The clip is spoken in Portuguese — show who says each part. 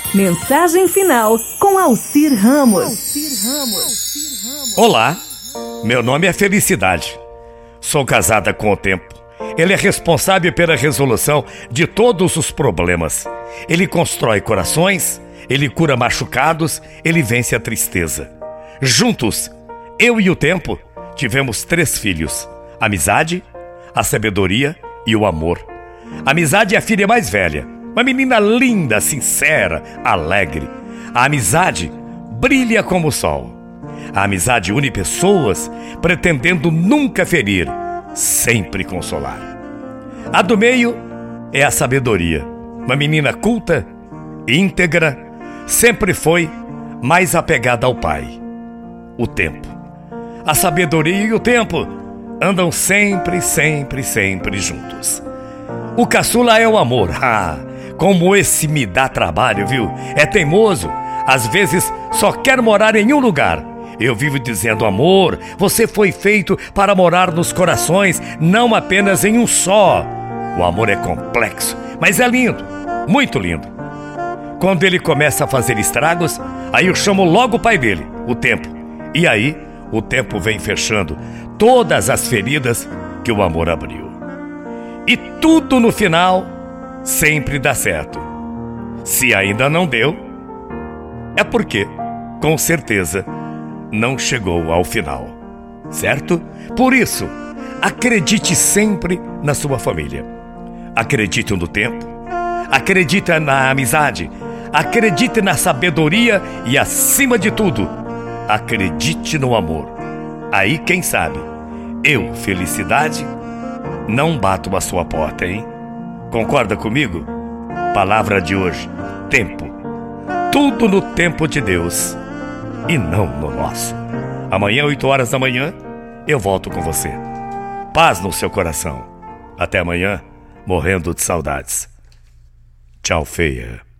Speaker 1: Mensagem final com Alcir Ramos.
Speaker 2: Olá, meu nome é Felicidade. Sou casada com o tempo. Ele é responsável pela resolução de todos os problemas. Ele constrói corações, ele cura machucados, ele vence a tristeza. Juntos, eu e o tempo, tivemos 3 filhos: a amizade, a sabedoria e o amor. A amizade é a filha mais velha, uma menina linda, sincera, alegre. A amizade brilha como o sol. A amizade une pessoas, pretendendo nunca ferir, sempre consolar. A do meio é a sabedoria, uma menina culta, íntegra, sempre foi mais apegada ao pai. O tempo. A sabedoria e o tempo andam sempre, sempre, sempre juntos. O caçula é o amor. Como esse me dá trabalho, viu? É teimoso, às vezes só quer morar em um lugar. Eu vivo dizendo: amor, você foi feito para morar nos corações, não apenas em um só. O amor é complexo, mas é lindo, muito lindo. Quando ele começa a fazer estragos, aí eu chamo logo o pai dele, o tempo. E aí, o tempo vem fechando todas as feridas que o amor abriu. E tudo no final sempre dá certo. Se ainda não deu, é porque, com certeza, não chegou ao final, certo? Por isso, acredite sempre na sua família. Acredite no tempo, acredite na amizade, acredite na sabedoria e, acima de tudo, acredite no amor. Aí, quem sabe, eu, Felicidade, não bato a sua porta, hein? Concorda comigo? Palavra de hoje: tempo. Tudo no tempo de Deus e não no nosso. Amanhã, 8 horas da manhã, eu volto com você. Paz no seu coração. Até amanhã, morrendo de saudades. Tchau, feia.